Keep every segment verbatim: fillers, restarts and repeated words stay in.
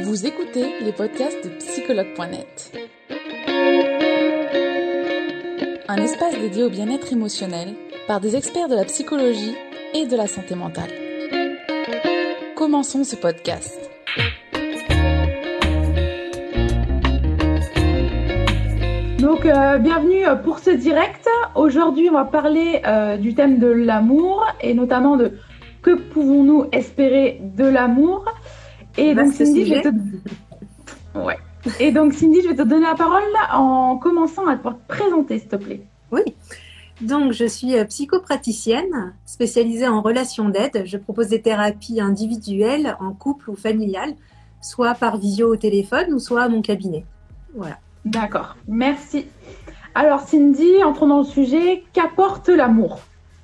Vous écoutez les podcasts de psychologue point net. Un espace dédié au bien-être émotionnel par des experts de la psychologie et de la santé mentale. Commençons ce podcast. Donc, euh, bienvenue pour ce direct. Aujourd'hui, on va parler euh, du thème de l'amour et notamment de que pouvons-nous espérer de l'amour. Et donc, Cindy, je vais te... ouais. Et donc, Cindy, je vais te donner la parole en commençant à te présenter, s'il te plaît. Oui. Donc, je suis psychopraticienne spécialisée en relations d'aide. Je propose des thérapies individuelles, en couple ou familiales, soit par visio au téléphone ou soit à mon cabinet. Voilà. D'accord, merci. Alors Cindy, entrons dans le sujet. Qu'apporte l'amour ?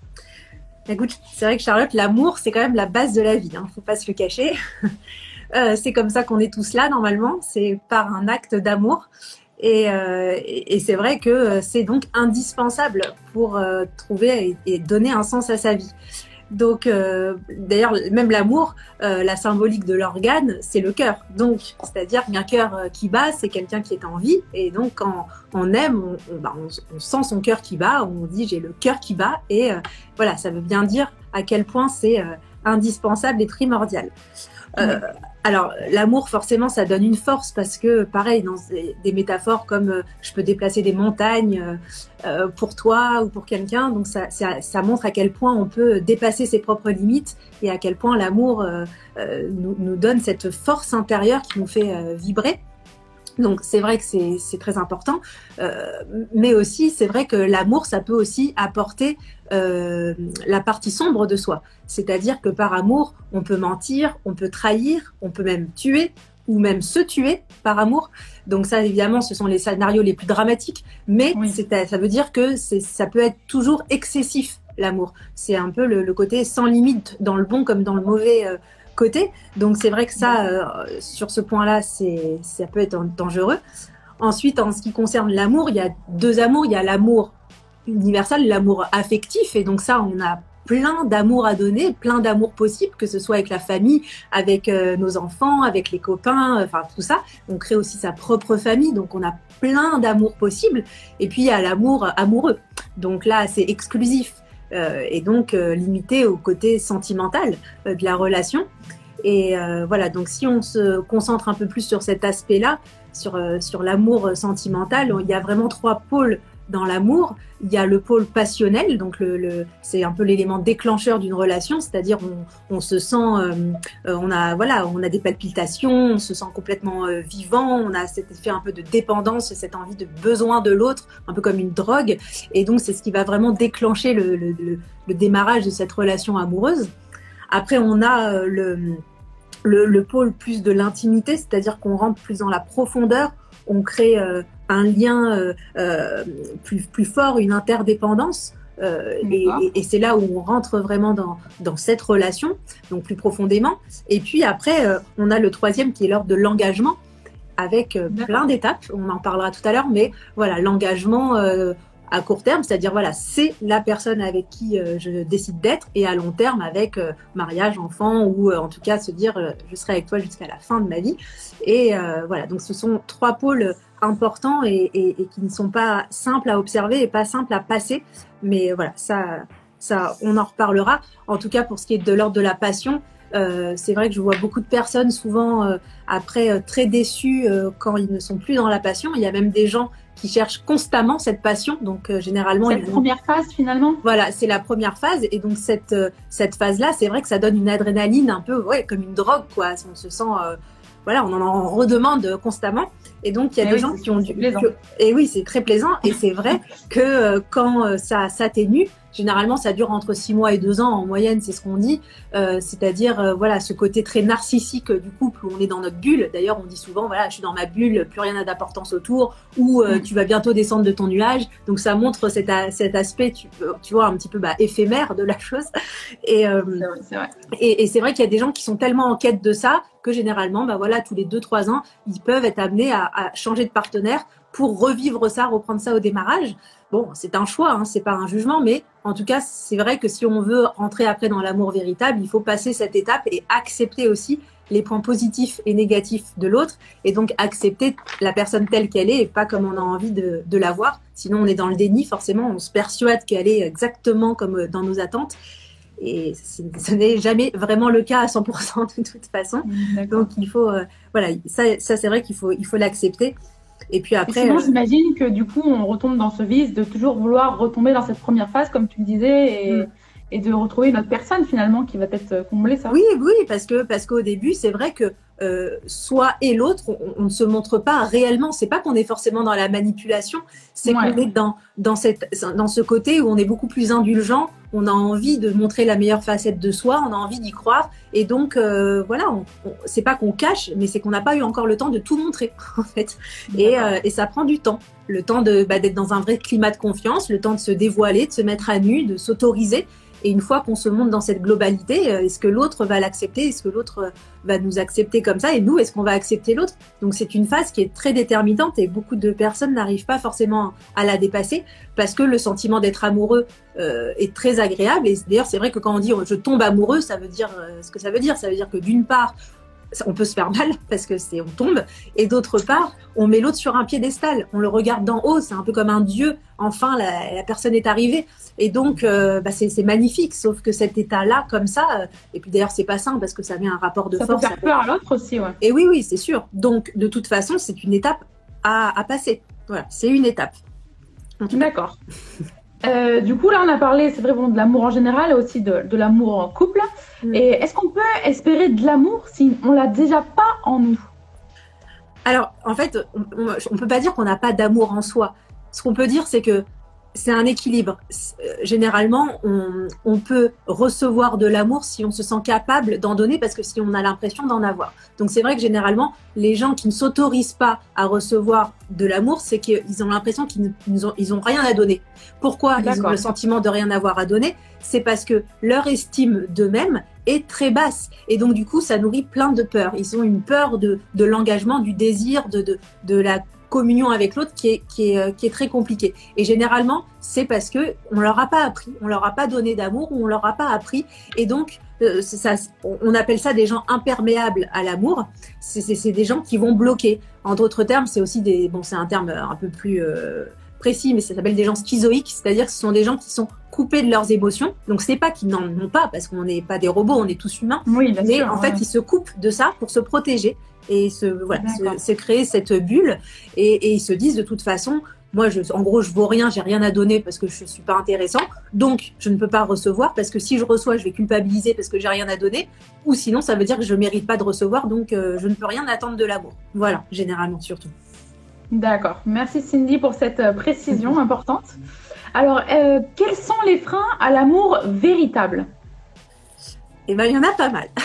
Écoute, c'est vrai que Charlotte, l'amour, c'est quand même la base de la vie. Hein. Faut pas se le cacher. euh, c'est comme ça qu'on est tous là normalement. C'est par un acte d'amour. Et, euh, et, et c'est vrai que c'est donc indispensable pour euh, trouver et, et donner un sens à sa vie. Donc, euh, d'ailleurs, même l'amour, euh, la symbolique de l'organe, c'est le cœur. Donc, c'est-à-dire qu'un cœur qui bat, c'est quelqu'un qui est en vie. Et donc, quand on aime, on, on, bah, on, on sent son cœur qui bat. On dit j'ai le cœur qui bat. Et euh, voilà, ça veut bien dire à quel point c'est euh, indispensable et primordial. Euh, oui. Alors, l'amour, forcément, ça donne une force parce que, pareil, dans des, des métaphores comme euh, je peux déplacer des montagnes euh, pour toi ou pour quelqu'un, donc ça, ça, ça montre à quel point on peut dépasser ses propres limites et à quel point l'amour euh, euh, nous, nous donne cette force intérieure qui nous fait euh, vibrer. Donc c'est vrai que c'est, c'est très important, euh, mais aussi c'est vrai que l'amour, ça peut aussi apporter euh, la partie sombre de soi. C'est-à-dire que par amour, on peut mentir, on peut trahir, on peut même tuer ou même se tuer par amour. Donc ça, évidemment, ce sont les scénarios les plus dramatiques, mais oui. c'est, ça veut dire que c'est, ça peut être toujours excessif, l'amour. C'est un peu le, le côté sans limite, dans le bon comme dans le mauvais euh, côté. Donc c'est vrai que ça, euh, sur ce point-là, c'est, ça peut être dangereux. Ensuite, en ce qui concerne l'amour, il y a deux amours. Il y a l'amour universel, l'amour affectif. Et donc ça, on a plein d'amour à donner, plein d'amour possible, que ce soit avec la famille, avec euh, nos enfants, avec les copains, enfin tout ça. On crée aussi sa propre famille, donc on a plein d'amour possible. Et puis il y a l'amour amoureux. Donc là, c'est exclusif. Euh, et donc euh, limité au côté sentimental euh, de la relation. Et euh, voilà, donc si on se concentre un peu plus sur cet aspect-là, sur, euh, sur l'amour sentimental, il y a vraiment trois pôles dans l'amour. Il y a le pôle passionnel, donc le, le, c'est un peu l'élément déclencheur d'une relation, c'est-à-dire on, on se sent, euh, on a voilà, on a des palpitations, on se sent complètement euh, vivant, on a cet effet un peu de dépendance, cette envie de besoin de l'autre, un peu comme une drogue, et donc c'est ce qui va vraiment déclencher le, le, le, le démarrage de cette relation amoureuse. Après, on a euh, le, le, le pôle plus de l'intimité, c'est-à-dire qu'on rentre plus dans la profondeur, on crée euh, un lien euh, euh, plus, plus fort, une interdépendance. Euh, et, et, et c'est là où on rentre vraiment dans, dans cette relation, donc plus profondément. Et puis après, euh, on a le troisième qui est l'ordre de l'engagement, avec euh, plein d'étapes. On en parlera tout à l'heure, mais voilà, l'engagement euh, à court terme, c'est-à-dire voilà, c'est la personne avec qui euh, je décide d'être, et à long terme avec euh, mariage, enfant, ou euh, en tout cas se dire euh, je serai avec toi jusqu'à la fin de ma vie. Et euh, voilà, donc ce sont trois pôles importants et, et, et qui ne sont pas simples à observer et pas simples à passer, mais voilà, ça, ça, on en reparlera. En tout cas, pour ce qui est de l'ordre de la passion, euh, c'est vrai que je vois beaucoup de personnes souvent euh, après euh, très déçues euh, quand ils ne sont plus dans la passion. Il y a même des gens qui cherchent constamment cette passion, donc euh, généralement cette ils vont... première phase finalement. Voilà, c'est la première phase, et donc cette euh, cette phase-là, c'est vrai que ça donne une adrénaline un peu, ouais, comme une drogue, quoi. On se sent, euh, voilà, on en redemande constamment, et donc il y a et des oui, gens qui ont du, que... et oui, c'est très plaisant, et c'est vrai que euh, quand euh, ça s'atténue, généralement ça dure entre six mois et deux ans en moyenne, c'est ce qu'on dit, euh, c'est-à-dire euh, voilà, ce côté très narcissique du couple où on est dans notre bulle. D'ailleurs, on dit souvent voilà, je suis dans ma bulle, plus rien n'a d'importance autour, ou euh, tu vas bientôt descendre de ton nuage. Donc ça montre cet, a- cet aspect, tu, tu vois, un petit peu bah, éphémère de la chose. Et, euh, c'est vrai, c'est vrai. Et, et c'est vrai qu'il y a des gens qui sont tellement en quête de ça que généralement, bah voilà, tous les deux trois ans, ils peuvent être amenés à, à changer de partenaire pour revivre ça, reprendre ça au démarrage. Bon, c'est un choix, hein, c'est pas un jugement, mais en tout cas, c'est vrai que si on veut rentrer après dans l'amour véritable, il faut passer cette étape et accepter aussi les points positifs et négatifs de l'autre et donc accepter la personne telle qu'elle est et pas comme on a envie de, de la voir. Sinon, on est dans le déni, forcément, on se persuade qu'elle est exactement comme dans nos attentes. Et ce n'est jamais vraiment le cas à cent pour cent de toute façon. Donc, il faut, euh, voilà, ça, ça c'est vrai qu'il faut, il faut l'accepter. Et puis après. Et sinon, euh... j'imagine que du coup, on retombe dans ce vice de toujours vouloir retomber dans cette première phase, comme tu le disais, et, mm. et de retrouver une autre personne finalement qui va peut-être combler ça. Oui, oui, parce que parce qu'au début, c'est vrai que euh, soit et l'autre, on, on ne se montre pas réellement. C'est pas qu'on est forcément dans la manipulation, c'est ouais. qu'on est dans dans cette dans ce côté où on est beaucoup plus indulgent. On a envie de montrer la meilleure facette de soi, on a envie d'y croire, et donc euh, voilà, on, on, c'est pas qu'on cache, mais c'est qu'on n'a pas eu encore le temps de tout montrer en fait. Et, euh, et ça prend du temps, le temps de bah, d'être dans un vrai climat de confiance, le temps de se dévoiler, de se mettre à nu, de s'autoriser. Et une fois qu'on se montre dans cette globalité, est-ce que l'autre va l'accepter? Est-ce que l'autre va nous accepter comme ça? Et nous, est-ce qu'on va accepter l'autre? Donc, c'est une phase qui est très déterminante et beaucoup de personnes n'arrivent pas forcément à la dépasser parce que le sentiment d'être amoureux euh, est très agréable. Et d'ailleurs, c'est vrai que quand on dit « je tombe amoureux », ça veut dire euh, ce que ça veut dire. Ça veut dire que d'une part, on peut se faire mal parce que c'est on tombe, et d'autre part, on met l'autre sur un piédestal, on le regarde d'en haut, c'est un peu comme un dieu. Enfin, la, la personne est arrivée, et donc euh, bah, c'est, c'est magnifique. Sauf que cet état-là, comme ça, euh, et puis d'ailleurs c'est pas sain parce que ça met un rapport de ça force. Ça peut faire peur à l'autre aussi, ouais. Et oui, oui, c'est sûr. Donc de toute façon, c'est une étape à, à passer. Voilà, c'est une étape. D'accord. Euh, du coup, là, on a parlé, c'est vrai, bon, de l'amour en général et aussi de, de l'amour en couple. Mmh. Et est-ce qu'on peut espérer de l'amour si on l'a déjà pas en nous? Alors, en fait, on ne peut pas dire qu'on n'a pas d'amour en soi. Ce qu'on peut dire, c'est que c'est un équilibre. Généralement, on, on peut recevoir de l'amour si on se sent capable d'en donner, parce que si on a l'impression d'en avoir. Donc c'est vrai que généralement, les gens qui ne s'autorisent pas à recevoir de l'amour, c'est qu'ils ont l'impression qu'ils n'ont ils ont rien à donner. Pourquoi D'accord. Ils ont le sentiment de rien avoir à donner? C'est parce que leur estime d'eux-mêmes est très basse. Et donc du coup, ça nourrit plein de peurs. Ils ont une peur de, de l'engagement, du désir, de, de, de la communion avec l'autre qui est, qui est, qui est très compliquée. Et généralement, c'est parce que on leur a pas appris, on leur a pas donné d'amour, ou on leur a pas appris. Et donc, euh, ça, on appelle ça des gens imperméables à l'amour. C'est, c'est, c'est des gens qui vont bloquer. En d'autres termes, c'est aussi des, bon, c'est un terme un peu plus euh, précis, mais ça s'appelle des gens schizoïques, c'est-à-dire que ce sont des gens qui sont coupés de leurs émotions. Donc, c'est pas qu'ils n'en ont pas, parce qu'on n'est pas des robots, on est tous humains. Oui, mais sûr, en ouais. fait, ils se coupent de ça pour se protéger et se, voilà, se, se créer cette bulle. Et, et ils se disent de toute façon, moi, je, en gros, je vaux rien, j'ai rien à donner parce que je suis pas intéressant. Donc, je ne peux pas recevoir parce que si je reçois, je vais culpabiliser parce que j'ai rien à donner. Ou sinon, ça veut dire que je mérite pas de recevoir, donc euh, je ne peux rien attendre de l'amour. Voilà, généralement, surtout. D'accord. Merci Cindy pour cette euh, précision importante. Alors, euh, quels sont les freins à l'amour véritable? Eh ben, il y en a pas mal.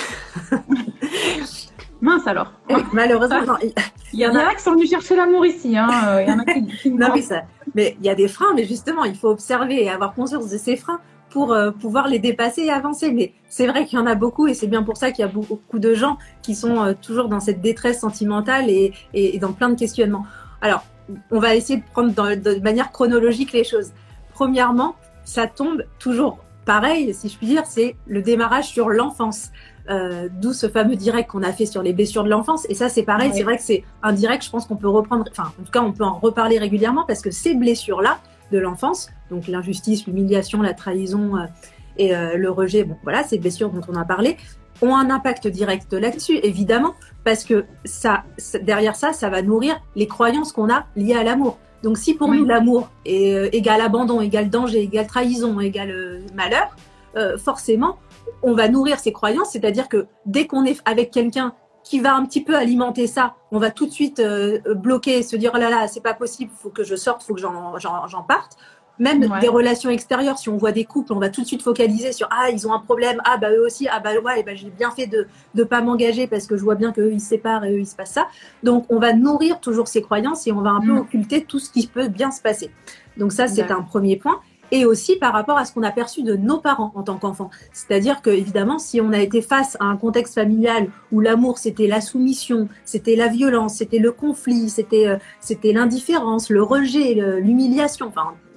Mince alors. Et malheureusement, non, il, il y en a, a qui sont venus chercher l'amour ici. Hein. Il y en a qui, qui non, mais, ça, mais il y a des freins, mais justement, il faut observer et avoir conscience de ces freins pour euh, pouvoir les dépasser et avancer. Mais c'est vrai qu'il y en a beaucoup, et c'est bien pour ça qu'il y a beaucoup de gens qui sont euh, toujours dans cette détresse sentimentale et, et, et dans plein de questionnements. Alors, on va essayer de prendre dans, de manière chronologique les choses. Premièrement, ça tombe toujours pareil, si je puis dire, c'est le démarrage sur l'enfance. Euh, d'où ce fameux direct qu'on a fait sur les blessures de l'enfance. Et ça, c'est pareil, oui. C'est vrai que c'est un direct, je pense qu'on peut reprendre, enfin, en tout cas, on peut en reparler régulièrement parce que ces blessures-là de l'enfance, donc l'injustice, l'humiliation, la trahison euh, et euh, le rejet, bon, voilà, ces blessures dont on a parlé, ont un impact direct là-dessus, évidemment, parce que ça, ça, derrière ça, ça va nourrir les croyances qu'on a liées à l'amour. Donc, si pour oui. nous, l'amour est euh, égal abandon, égal danger, égal trahison, égal euh, malheur, euh, forcément, on va nourrir ces croyances, c'est-à-dire que dès qu'on est avec quelqu'un qui va un petit peu alimenter ça, on va tout de suite euh, bloquer, se dire oh là là, c'est pas possible, faut que je sorte, faut que j'en, j'en, j'en parte. Même ouais. des relations extérieures, si on voit des couples, on va tout de suite focaliser sur ah ils ont un problème, ah bah eux aussi, ah bah ouais, bah j'ai bien fait de de pas m'engager parce que je vois bien qu'eux ils se séparent et eux il se passe ça. Donc on va nourrir toujours ces croyances et on va un mmh. peu occulter tout ce qui peut bien se passer. Donc ça c'est ouais. un premier point. Et aussi par rapport à ce qu'on a perçu de nos parents en tant qu'enfants. C'est-à-dire que, évidemment, si on a été face à un contexte familial où l'amour, c'était la soumission, c'était la violence, c'était le conflit, c'était, euh, c'était l'indifférence, le rejet, le, l'humiliation, enfin,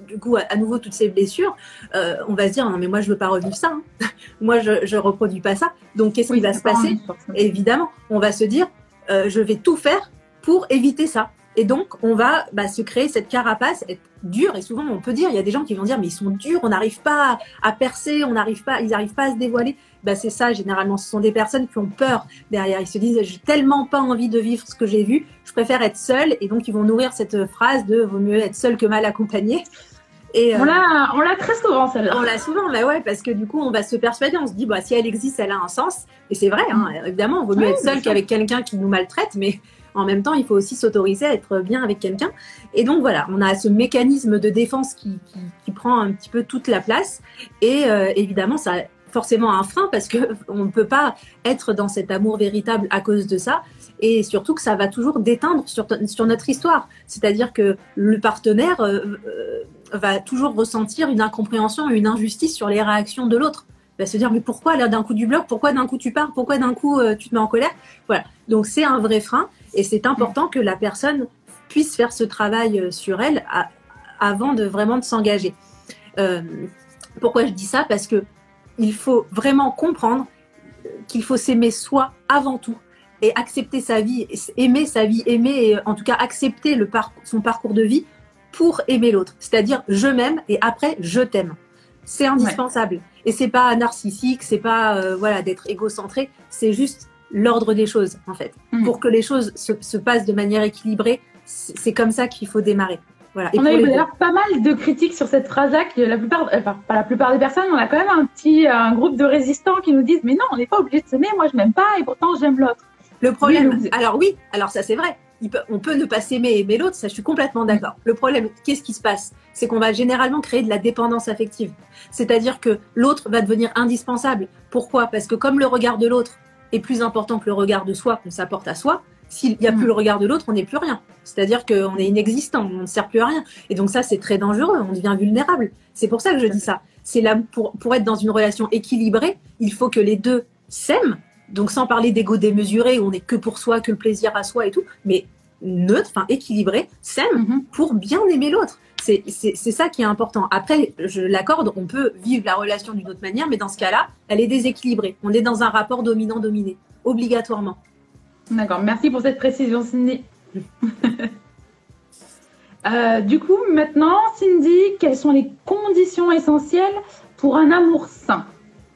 du coup, à, à nouveau, toutes ces blessures, euh, on va se dire, non, mais moi, je veux pas revivre ça. Hein. Moi, je, je reproduis pas ça. Donc, qu'est-ce oui, qui va se passer? Évidemment, on va se dire, euh, je vais tout faire pour éviter ça. Et donc, on va bah, se créer cette carapace, être dur. Et souvent, on peut dire, il y a des gens qui vont dire, mais ils sont durs, on n'arrive pas à percer, on n'arrive pas, ils n'arrivent pas à se dévoiler. Bah, c'est ça, généralement, ce sont des personnes qui ont peur derrière. Ils se disent, j'ai tellement pas envie de vivre ce que j'ai vu, je préfère être seule. Et donc, ils vont nourrir cette phrase de vaut mieux être seule que mal accompagnée. Et, euh, on l'a, on l'a très souvent, celle-là. On l'a souvent, mais ouais, parce que du coup, on va se persuader, on se dit, bah, si elle existe, elle a un sens. Et c'est vrai, hein, évidemment, on vaut mieux oui, être seule qu'avec quelqu'un qui nous maltraite, mais en même temps, il faut aussi s'autoriser à être bien avec quelqu'un. Et donc voilà, on a ce mécanisme de défense qui, qui, qui prend un petit peu toute la place. Et euh, évidemment, ça a forcément un frein parce qu'on ne peut pas être dans cet amour véritable à cause de ça. Et surtout que ça va toujours déteindre sur, sur notre histoire. C'est-à-dire que le partenaire euh, euh, va toujours ressentir une incompréhension et une injustice sur les réactions de l'autre. Il va se dire, mais pourquoi là d'un coup du bloc? Pourquoi d'un coup tu pars? Pourquoi d'un coup euh, tu te mets en colère? Voilà. Donc c'est un vrai frein. Et c'est important que la personne puisse faire ce travail sur elle à, avant de vraiment de s'engager. Euh, pourquoi je dis ça? Parce que il faut vraiment comprendre qu'il faut s'aimer soi avant tout et accepter sa vie, aimer sa vie, aimer et en tout cas accepter le parcours, son parcours de vie pour aimer l'autre. C'est-à-dire je m'aime et après je t'aime. C'est indispensable. Ouais. Et c'est pas narcissique, c'est pas euh, voilà d'être égocentré, c'est juste l'ordre des choses, en fait. Mmh. Pour que les choses se, se passent de manière équilibrée, c'est comme ça qu'il faut démarrer. Voilà. Et on a eu d'ailleurs pas mal de critiques sur cette phrase-là, que la plupart, enfin, pas la plupart des personnes, on a quand même un petit un groupe de résistants qui nous disent « Mais non, on n'est pas obligé de s'aimer, moi je m'aime pas et pourtant j'aime l'autre. » Le problème, oui, alors oui, alors ça c'est vrai, il peut, on peut ne pas s'aimer et aimer l'autre, ça je suis complètement d'accord. Le problème, qu'est-ce qui se passe? C'est qu'on va généralement créer de la dépendance affective. C'est-à-dire que l'autre va devenir indispensable. Pourquoi? Parce que comme le regard de l'autre est plus important que le regard de soi qu'on s'apporte à soi, s'il n'y a plus le regard de l'autre, on n'est plus rien. C'est-à-dire qu'on est inexistant, on ne sert plus à rien. Et donc ça, c'est très dangereux, on devient vulnérable. C'est pour ça que je dis ça. C'est là, pour, pour être dans une relation équilibrée, il faut que les deux s'aiment, donc sans parler d'ego démesuré, où on n'est que pour soi, que le plaisir à soi et tout, mais neutre, enfin équilibré, s'aiment mm-hmm. pour bien aimer l'autre. C'est, c'est, c'est ça qui est important. Après, je l'accorde, on peut vivre la relation d'une autre manière, mais dans ce cas-là, elle est déséquilibrée. On est dans un rapport dominant-dominé, obligatoirement. D'accord, merci pour cette précision, Cindy. euh, du coup, maintenant, Cindy, quelles sont les conditions essentielles pour un amour sain?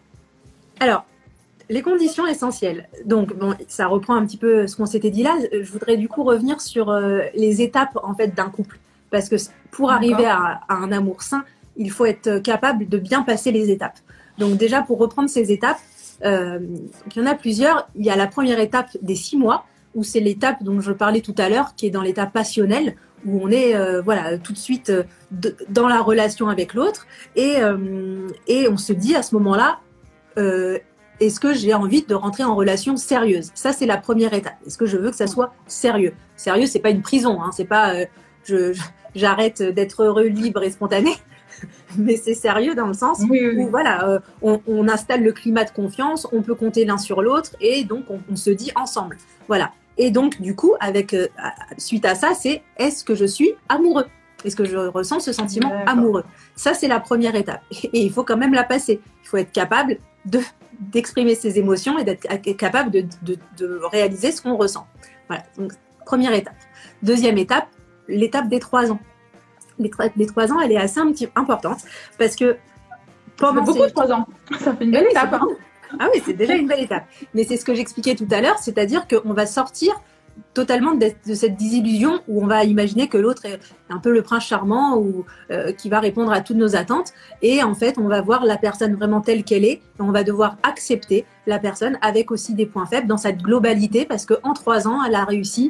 Alors, les conditions essentielles. Donc, bon, ça reprend un petit peu ce qu'on s'était dit là. Je voudrais du coup revenir sur euh, les étapes en fait d'un couple. Parce que pour arriver à, à un amour sain, il faut être capable de bien passer les étapes. Donc déjà, pour reprendre ces étapes, euh, il y en a plusieurs. Il y a la première étape des six mois, où c'est l'étape dont je parlais tout à l'heure, qui est dans l'état passionnel, où on est euh, voilà tout de suite euh, de, dans la relation avec l'autre. Et, euh, et on se dit à ce moment-là, euh, est-ce que j'ai envie de rentrer en relation sérieuse? Ça, c'est la première étape. Est-ce que je veux que ça soit sérieux? Sérieux, c'est pas une prison, hein, c'est pas... Euh, Je, j'arrête d'être heureux, libre et spontané, mais c'est sérieux dans le sens oui, oui. où voilà, euh, on, on installe le climat de confiance, on peut compter l'un sur l'autre et donc on, on se dit ensemble. Voilà. Et donc du coup, avec euh, suite à ça, c'est est-ce que je suis amoureux? Est-ce que je ressens ce sentiment D'accord. amoureux? Ça, c'est la première étape. Et, et il faut quand même la passer. Il faut être capable de d'exprimer ses émotions et d'être capable de, de, de réaliser ce qu'on ressent. Voilà. Donc première étape. Deuxième étape, l'étape des trois ans. Les, les trois ans, elle est assez un petit, importante parce que pendant beaucoup de trois ans, ça fait une belle oui, étape. Hein. Ah oui, c'est déjà une belle étape. Mais c'est ce que j'expliquais tout à l'heure, c'est-à-dire qu'on va sortir totalement de, de cette désillusion où on va imaginer que l'autre est un peu le prince charmant ou euh, qui va répondre à toutes nos attentes. Et en fait, on va voir la personne vraiment telle qu'elle est. Et on va devoir accepter la personne avec aussi des points faibles dans cette globalité parce qu'en trois ans, elle a réussi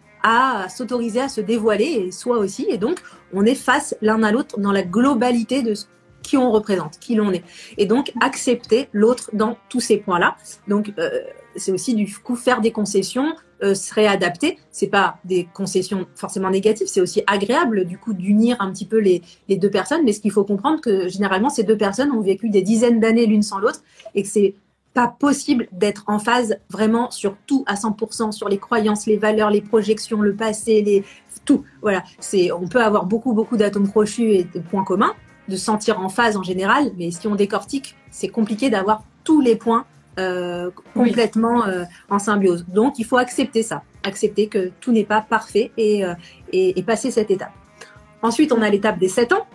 à s'autoriser à se dévoiler et soi aussi. Et donc, on est face l'un à l'autre dans la globalité de qui on représente, qui l'on est. Et donc, accepter l'autre dans tous ces points-là. Donc, euh, c'est aussi du coup faire des concessions, euh, se réadapter. C'est pas des concessions forcément négatives, c'est aussi agréable du coup d'unir un petit peu les, les deux personnes. Mais ce qu'il faut comprendre que généralement, ces deux personnes ont vécu des dizaines d'années l'une sans l'autre et que c'est pas possible d'être en phase vraiment sur tout à cent pour cent, sur les croyances, les valeurs, les projections, le passé, les... tout. Voilà, c'est, on peut avoir beaucoup, beaucoup d'atomes crochus et de points communs, de se sentir en phase en général, mais si on décortique, c'est compliqué d'avoir tous les points euh, complètement oui. euh, en symbiose. Donc, il faut accepter ça, accepter que tout n'est pas parfait et, euh, et, et passer cette étape. Ensuite, on a l'étape des sept ans.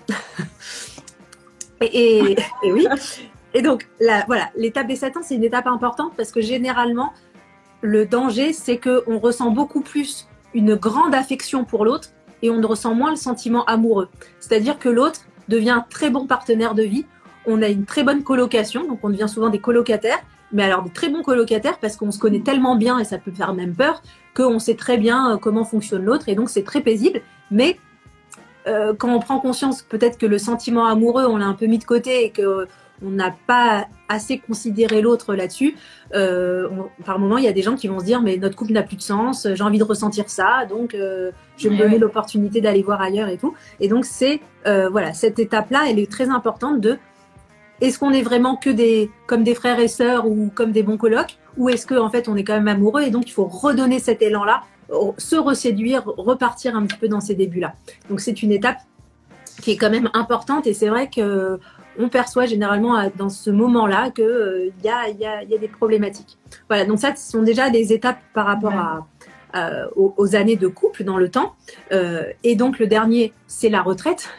et, et, et oui. Et donc, la, voilà, l'étape des sept ans, c'est une étape importante parce que généralement, le danger, c'est qu'on ressent beaucoup plus une grande affection pour l'autre et on ressent moins le sentiment amoureux. C'est-à-dire que l'autre devient un très bon partenaire de vie. On a une très bonne colocation, donc on devient souvent des colocataires, mais alors de très bons colocataires parce qu'on se connaît tellement bien et ça peut faire même peur qu'on sait très bien comment fonctionne l'autre et donc c'est très paisible. Mais euh, quand on prend conscience peut-être que le sentiment amoureux, on l'a un peu mis de côté et que on n'a pas assez considéré l'autre là-dessus. Euh, on, par moment, il y a des gens qui vont se dire mais notre couple n'a plus de sens, j'ai envie de ressentir ça, donc euh, je vais me donner ouais. l'opportunité d'aller voir ailleurs et tout. Et donc c'est euh, voilà, cette étape-là, elle est très importante de est-ce qu'on est vraiment que des comme des frères et sœurs ou comme des bons colocs, ou est-ce que en fait on est quand même amoureux et donc il faut redonner cet élan-là, se reséduire, repartir un petit peu dans ces débuts-là. Donc c'est une étape qui est quand même importante et c'est vrai que on perçoit généralement dans ce moment-là qu'il euh, y, a, y, a, y a des problématiques. Voilà, donc ça, ce sont déjà des étapes par rapport ouais. à, à, aux, aux années de couple dans le temps. Euh, et donc, le dernier, c'est la retraite.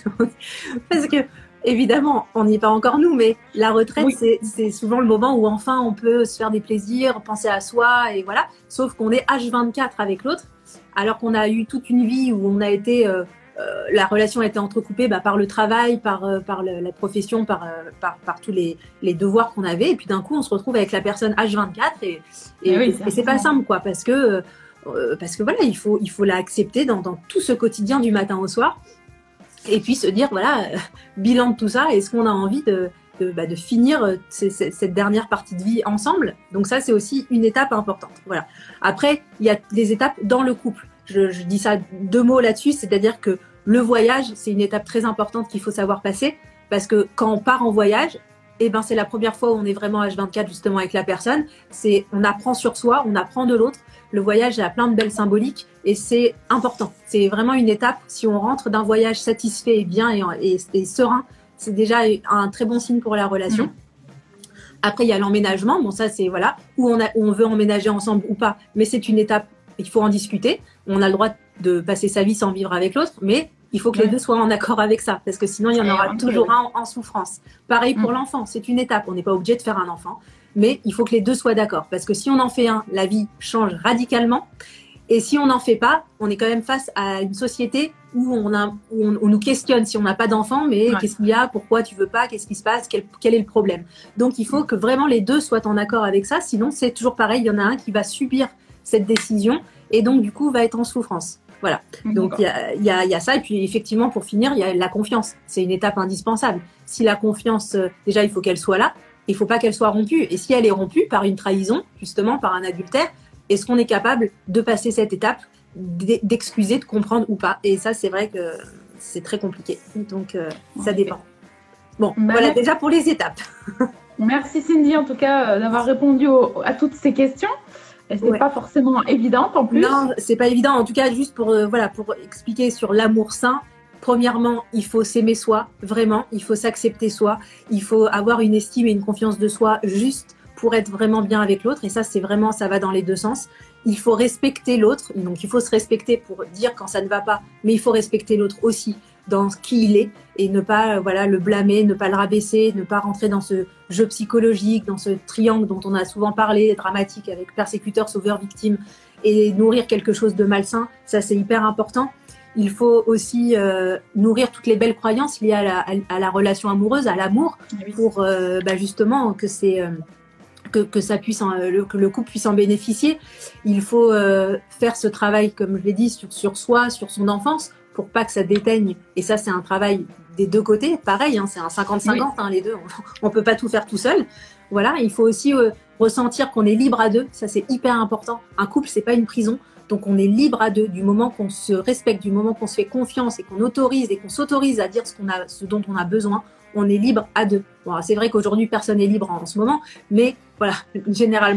Parce que, évidemment, on n'y est pas encore nous, mais la retraite, oui. c'est souvent le moment où enfin on peut se faire des plaisirs, penser à soi, et voilà. Sauf qu'on est H vingt-quatre avec l'autre, alors qu'on a eu toute une vie où on a été... Euh, Euh, la relation a été entrecoupée bah, par le travail, par, euh, par le, la profession, par, euh, par, par tous les, les devoirs qu'on avait. Et puis d'un coup, on se retrouve avec la personne H vingt-quatre et, et, oui, et c'est pas simple, quoi, parce que, euh, parce que voilà, il faut, il faut l'accepter dans, dans tout ce quotidien du matin au soir. Et puis se dire, voilà, euh, bilan de tout ça, est-ce qu'on a envie de, de, bah, de finir euh, c- c- cette dernière partie de vie ensemble? Donc ça, c'est aussi une étape importante. Voilà. Après, il y a des étapes dans le couple. Je, je dis ça deux mots là-dessus, c'est-à-dire que le voyage, c'est une étape très importante qu'il faut savoir passer parce que quand on part en voyage, eh ben, c'est la première fois où on est vraiment H vingt-quatre justement avec la personne. C'est, on apprend sur soi, on apprend de l'autre. Le voyage a plein de belles symboliques et c'est important. C'est vraiment une étape. Si on rentre d'un voyage satisfait et bien et, et, et serein, c'est déjà un très bon signe pour la relation. Mmh. Après, il y a l'emménagement. Bon, ça, c'est voilà, où on, a, où on veut emménager ensemble ou pas, mais c'est une étape. Il faut en discuter. On a le droit de passer sa vie sans vivre avec l'autre, mais il faut que ouais. les deux soient en accord avec ça, parce que sinon, il y en aura toujours un en, en souffrance. Pareil pour mmh. l'enfant, c'est une étape. On n'est pas obligé de faire un enfant, mais il faut que les deux soient d'accord, parce que si on en fait un, la vie change radicalement. Et si on n'en fait pas, on est quand même face à une société où on, a, où on, on nous questionne si on n'a pas d'enfant, mais ouais. qu'est-ce qu'il y a, pourquoi tu veux pas, qu'est-ce qui se passe, quel, quel est le problème. Donc, il faut que vraiment les deux soient en accord avec ça, sinon c'est toujours pareil, il y en a un qui va subir cette décision et donc du coup va être en souffrance. Voilà. Donc il y a, y, a, y a ça et puis effectivement pour finir il y a la confiance. C'est une étape indispensable. Si la confiance euh, déjà il faut qu'elle soit là, il faut pas qu'elle soit rompue. Et si elle est rompue par une trahison, justement par un adultère, est-ce qu'on est capable de passer cette étape, d'excuser, de comprendre ou pas? Et ça c'est vrai que c'est très compliqué. Donc euh, ça dépend. Bon bah, voilà merci. Déjà pour les étapes. Merci Cindy en tout cas d'avoir répondu au, à toutes ces questions. Et c'est ouais. pas forcément évidente en plus. Non, c'est pas évident. En tout cas, juste pour euh, voilà, pour expliquer sur l'amour sain. Premièrement, il faut s'aimer soi, vraiment. Il faut s'accepter soi. Il faut avoir une estime et une confiance de soi juste pour être vraiment bien avec l'autre. Et ça, c'est vraiment, ça va dans les deux sens. Il faut respecter l'autre. Donc, il faut se respecter pour dire quand ça ne va pas. Mais il faut respecter l'autre aussi dans qui il est et ne pas euh, voilà le blâmer, ne pas le rabaisser, ne pas rentrer dans ce jeu psychologique, dans ce triangle dont on a souvent parlé, dramatique avec persécuteur, sauveur, victime, et nourrir quelque chose de malsain. Ça, c'est hyper important. Il faut aussi euh, nourrir toutes les belles croyances liées à la, à, à la relation amoureuse, à l'amour, oui. pour euh, bah, justement que c'est euh, que, que ça puisse en, le, que le couple puisse en bénéficier. Il faut euh, faire ce travail, comme je l'ai dit, sur, sur soi, sur son enfance, pour pas que ça déteigne. Et ça, c'est un travail des deux côtés. Pareil, hein, c'est un cinquante cinquante, oui. hein, les deux. On, on peut pas tout faire tout seul. Voilà, il faut aussi euh, ressentir qu'on est libre à deux. Ça, c'est hyper important. Un couple, c'est pas une prison. Donc, on est libre à deux. Du moment qu'on se respecte, du moment qu'on se fait confiance et qu'on autorise et qu'on s'autorise à dire ce qu'on a, ce dont on a besoin, on est libre à deux. Bon, c'est vrai qu'aujourd'hui, personne n'est libre en, en ce moment, mais voilà, généralement,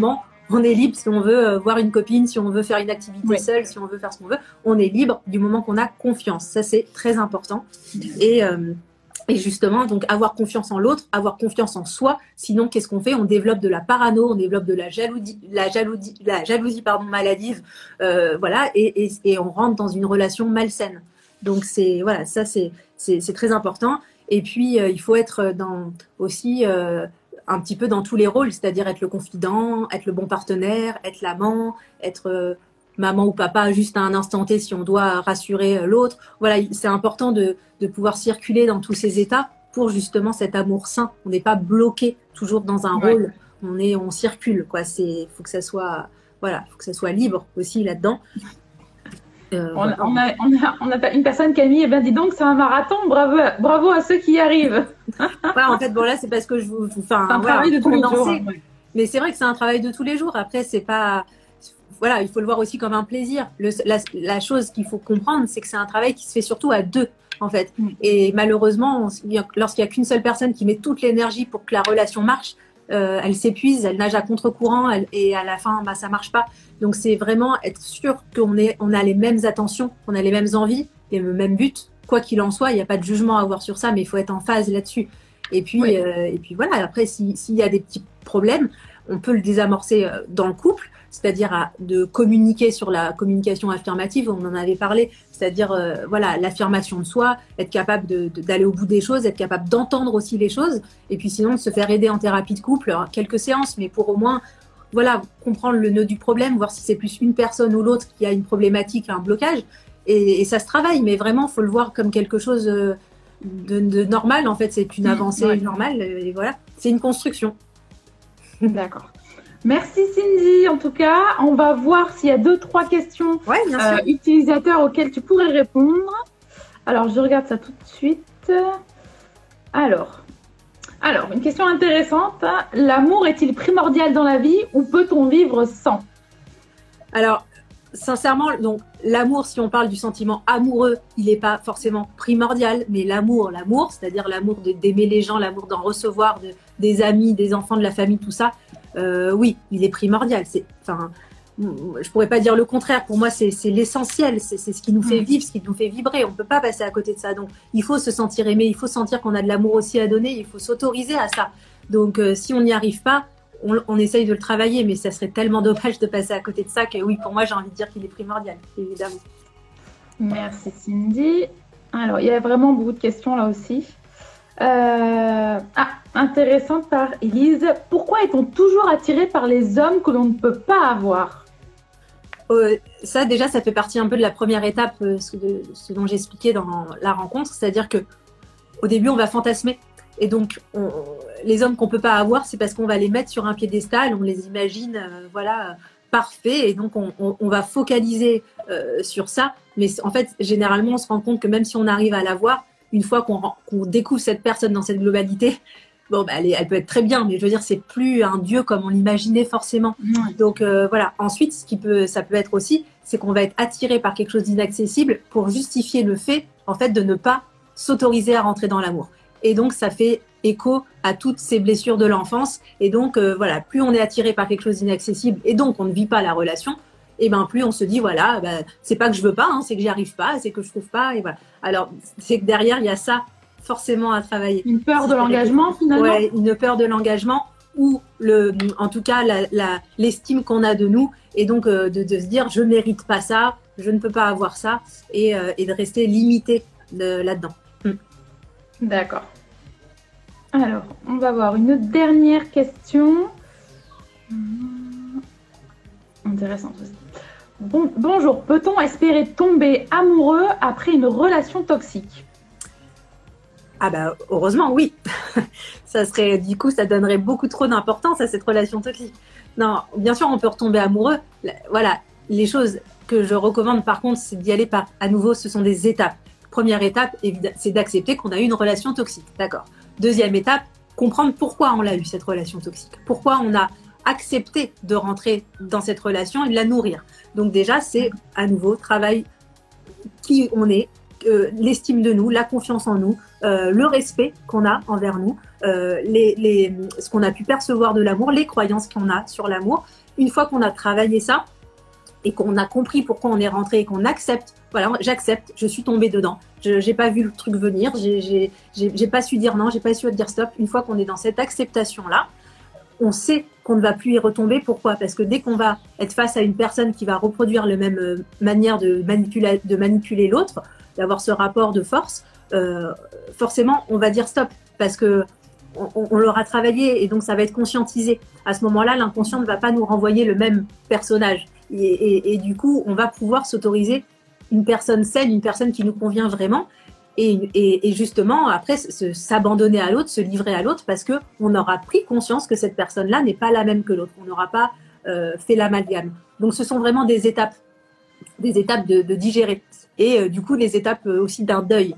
On est libre si on veut euh, voir une copine, si on veut faire une activité oui. seule, si on veut faire ce qu'on veut. On est libre du moment qu'on a confiance. Ça, c'est très important. Et, euh, et justement, donc avoir confiance en l'autre, avoir confiance en soi. Sinon, qu'est-ce qu'on fait? On développe de la parano, on développe de la jalousie, la jalousie, la jalousie pardon, maladive, euh, voilà, et, et, et on rentre dans une relation malsaine. Donc c'est voilà, ça c'est c'est, c'est très important. Et puis euh, il faut être dans aussi euh, un petit peu dans tous les rôles, c'est-à-dire être le confident, être le bon partenaire, être l'amant, être euh, maman ou papa juste à un instant T si on doit rassurer l'autre. Voilà, c'est important de de pouvoir circuler dans tous ces états pour justement cet amour sain. On n'est pas bloqué toujours dans un ouais. rôle. On est on circule quoi. C'est faut que ça soit voilà, faut que ça soit libre aussi là-dedans. Euh, on, on, a, on, a, on a une personne qui a mis, eh bien dis donc, c'est un marathon, bravo, bravo à ceux qui y arrivent. Ouais, en fait, bon là, c'est parce que je vous, je vous fais un, un voilà, travail de tous les jours. Hein, ouais. Mais c'est vrai que c'est un travail de tous les jours. Après, c'est pas, voilà, il faut le voir aussi comme un plaisir. Le, la, la chose qu'il faut comprendre, c'est que c'est un travail qui se fait surtout à deux, en fait. Mm. Et malheureusement, on, lorsqu'il n'y a qu'une seule personne qui met toute l'énergie pour que la relation marche, Euh, elle s'épuise, elle nage à contre-courant elle, et à la fin, bah, ça marche pas. Donc, c'est vraiment être sûr qu'on est, on a les mêmes attentions, on a les mêmes envies, les mêmes buts. Quoi qu'il en soit, il n'y a pas de jugement à avoir sur ça, mais il faut être en phase là-dessus. Et puis, oui. euh, et puis voilà, après, s'il si y a des petits problèmes, on peut le désamorcer euh, dans le couple, c'est-à-dire à, de communiquer sur la communication affirmative, on en avait parlé, c'est-à-dire euh, voilà, l'affirmation de soi, être capable de, de, d'aller au bout des choses, être capable d'entendre aussi les choses, et puis sinon de se faire aider en thérapie de couple, alors, quelques séances, mais pour au moins voilà, comprendre le nœud du problème, voir si c'est plus une personne ou l'autre qui a une problématique, un blocage, et, et ça se travaille, mais vraiment, il faut le voir comme quelque chose de, de normal, en fait, c'est une avancée mmh, ouais. normale, et voilà, c'est une construction. D'accord. Merci Cindy. En tout cas, on va voir s'il y a deux, trois questions ouais, euh, utilisateurs auxquelles tu pourrais répondre. Alors, je regarde ça tout de suite. Alors, alors une question intéressante. L'amour est-il primordial dans la vie ou peut-on vivre sans? Alors, sincèrement, donc l'amour, si on parle du sentiment amoureux, il n'est pas forcément primordial, mais l'amour, l'amour, c'est-à-dire l'amour de, d'aimer les gens, l'amour d'en recevoir, de, des amis, des enfants, de la famille, tout ça, euh, oui, il est primordial. C'est, enfin, je pourrais pas dire le contraire. Pour moi, c'est, c'est l'essentiel. C'est, c'est ce qui nous fait vivre, ce qui nous fait vibrer. On peut pas passer à côté de ça. Donc, il faut se sentir aimé. Il faut sentir qu'on a de l'amour aussi à donner. Il faut s'autoriser à ça. Donc, euh, si on n'y arrive pas, on, on essaye de le travailler, mais ça serait tellement dommage de passer à côté de ça que oui, pour moi, j'ai envie de dire qu'il est primordial, évidemment. Merci Cindy. Alors, il y a vraiment beaucoup de questions là aussi. Euh... Ah, intéressante par Elise. Pourquoi est-on toujours attiré par les hommes que l'on ne peut pas avoir? euh, Ça, déjà, ça fait partie un peu de la première étape, euh, ce, de, ce dont j'expliquais dans la rencontre, c'est-à-dire que au début, on va fantasmer. Et donc, on, les hommes qu'on peut pas avoir, c'est parce qu'on va les mettre sur un piédestal, on les imagine, euh, voilà, parfaits, et donc on, on, on va focaliser euh, sur ça. Mais en fait, généralement, on se rend compte que même si on arrive à l'avoir, une fois qu'on, qu'on découvre cette personne dans cette globalité, bon, bah, elle, est, elle peut être très bien, mais je veux dire, c'est plus un dieu comme on l'imaginait forcément. Mmh. Donc euh, voilà. Ensuite, ce qui peut, ça peut être aussi, c'est qu'on va être attiré par quelque chose d'inaccessible pour justifier le fait, en fait, de ne pas s'autoriser à rentrer dans l'amour. Et donc, ça fait écho à toutes ces blessures de l'enfance. Et donc, euh, voilà, plus on est attiré par quelque chose d'inaccessible et donc on ne vit pas la relation, et ben plus on se dit, voilà, ben, c'est pas que je veux pas, hein, c'est que j'y arrive pas, c'est que je trouve pas, et voilà. Alors, c'est que derrière, il y a ça forcément à travailler. Une peur de l'engagement, finalement. Ouais, une peur de l'engagement ou, le, en tout cas, la, la, l'estime qu'on a de nous. Et donc, euh, de, de se dire, je mérite pas ça, je ne peux pas avoir ça, et, euh, et de rester limité de, là-dedans. Hum. D'accord. Alors, on va voir une dernière question. Intéressante aussi. Bon, bonjour, peut-on espérer tomber amoureux après une relation toxique? Ah bah heureusement oui. Ça serait, du coup, ça donnerait beaucoup trop d'importance à cette relation toxique. Non, bien sûr, on peut retomber amoureux. Voilà, les choses que je recommande par contre, c'est d'y aller par, à nouveau, ce sont des étapes. Première étape, c'est d'accepter qu'on a eu une relation toxique. D'accord. Deuxième étape, comprendre pourquoi on l'a eu, cette relation toxique. Pourquoi on a accepté de rentrer dans cette relation et de la nourrir. Donc déjà, c'est à nouveau travail qui on est, euh, l'estime de nous, la confiance en nous, euh, le respect qu'on a envers nous, euh, les, les, ce qu'on a pu percevoir de l'amour, les croyances qu'on a sur l'amour. une fois qu'on a travaillé ça et qu'on a compris pourquoi on est rentré et qu'on accepte, voilà, j'accepte, je suis tombée dedans, je j'ai pas vu le truc venir, j'ai j'ai j'ai, j'ai pas su dire non, j'ai pas su dire stop. Une fois qu'on est dans cette acceptation-là, on sait qu'on ne va plus y retomber. Pourquoi ? Parce que dès qu'on va être face à une personne qui va reproduire la même euh, manière de manipuler, de manipuler l'autre, d'avoir ce rapport de force, euh, forcément, on va dire stop. Parce que on, on l'aura travaillé et donc ça va être conscientisé. À ce moment-là, l'inconscient ne va pas nous renvoyer le même personnage. Et, et, et du coup, on va pouvoir s'autoriser une personne saine, une personne qui nous convient vraiment. Et, et, et justement, après, se, s'abandonner à l'autre, se livrer à l'autre, parce qu'on aura pris conscience que cette personne-là n'est pas la même que l'autre. On n'aura pas euh, fait l'amalgame. Donc, ce sont vraiment des étapes, des étapes de, de digérer. Et euh, du coup, les étapes aussi d'un deuil.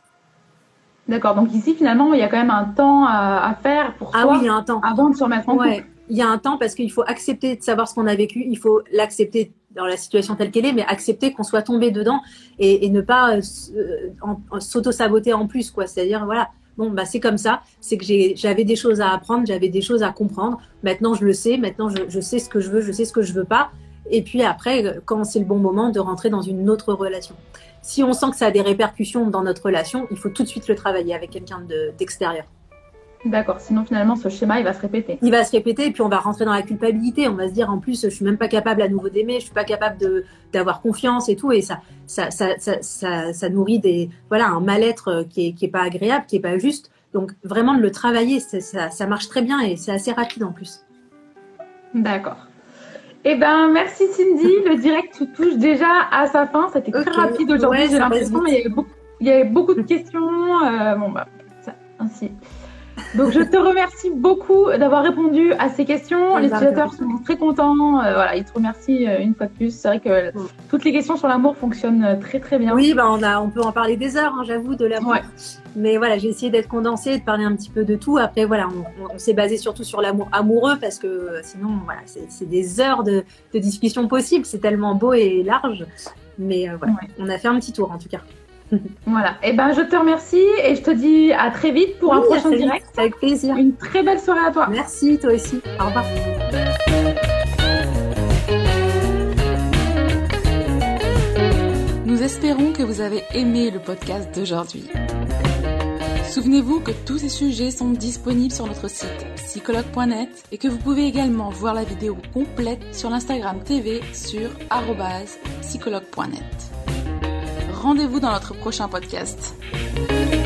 D'accord. Donc ici, finalement, il y a quand même un temps à, à faire pour soi. Ah oui, il y a un temps. Avant de se remettre en ouais. couple. Il y a un temps parce qu'il faut accepter de savoir ce qu'on a vécu. Il faut l'accepter dans la situation telle qu'elle est, mais accepter qu'on soit tombé dedans et, et ne pas euh, en, en, s'auto-saboter en plus, quoi. C'est-à-dire, voilà, bon, bah, c'est comme ça. C'est que j'ai, j'avais des choses à apprendre, j'avais des choses à comprendre. Maintenant, je le sais. Maintenant, je, je sais ce que je veux, je sais ce que je veux pas. Et puis après, quand c'est le bon moment, de rentrer dans une autre relation. Si on sent que ça a des répercussions dans notre relation, il faut tout de suite le travailler avec quelqu'un de, d'extérieur. D'accord, sinon finalement ce schéma il va se répéter. Il va se répéter et puis on va rentrer dans la culpabilité. On va se dire en plus je suis même pas capable à nouveau d'aimer, je suis pas capable de d'avoir confiance et tout, et ça ça ça ça ça, ça nourrit des voilà un mal-être qui est qui est pas agréable, qui est pas juste. Donc vraiment de le travailler, ça ça, ça marche très bien et c'est assez rapide en plus. D'accord. Eh ben merci Cindy, le direct touche déjà à sa fin. C'était très okay. rapide aujourd'hui, ouais, j'ai l'impression, mais il y avait beaucoup il y avait beaucoup de questions. Euh, bon bah ça ainsi. Donc je te remercie beaucoup d'avoir répondu à ces questions. Les utilisateurs sont très contents. Euh, voilà, ils te remercient euh, une fois de plus. C'est vrai que mm. toutes les questions sur l'amour fonctionnent très très bien. Oui, bah on a, on peut en parler des heures, hein, j'avoue, de l'amour. Ouais. Mais voilà, j'ai essayé d'être condensée, de parler un petit peu de tout. Après voilà, on, on, on s'est basé surtout sur l'amour amoureux parce que euh, sinon voilà, c'est, c'est des heures de, de discussion possibles. C'est tellement beau et large. Mais euh, voilà, ouais. on a fait un petit tour en tout cas. Voilà, et eh ben je te remercie et je te dis à très vite pour oui, un prochain direct. Vite. Avec plaisir. Une très belle soirée à toi. Merci, toi aussi. Au revoir. Nous espérons que vous avez aimé le podcast d'aujourd'hui. Souvenez-vous que tous ces sujets sont disponibles sur notre site psychologue point net et que vous pouvez également voir la vidéo complète sur l'Instagram T V sur arobase psychologue point net. Rendez-vous dans notre prochain podcast.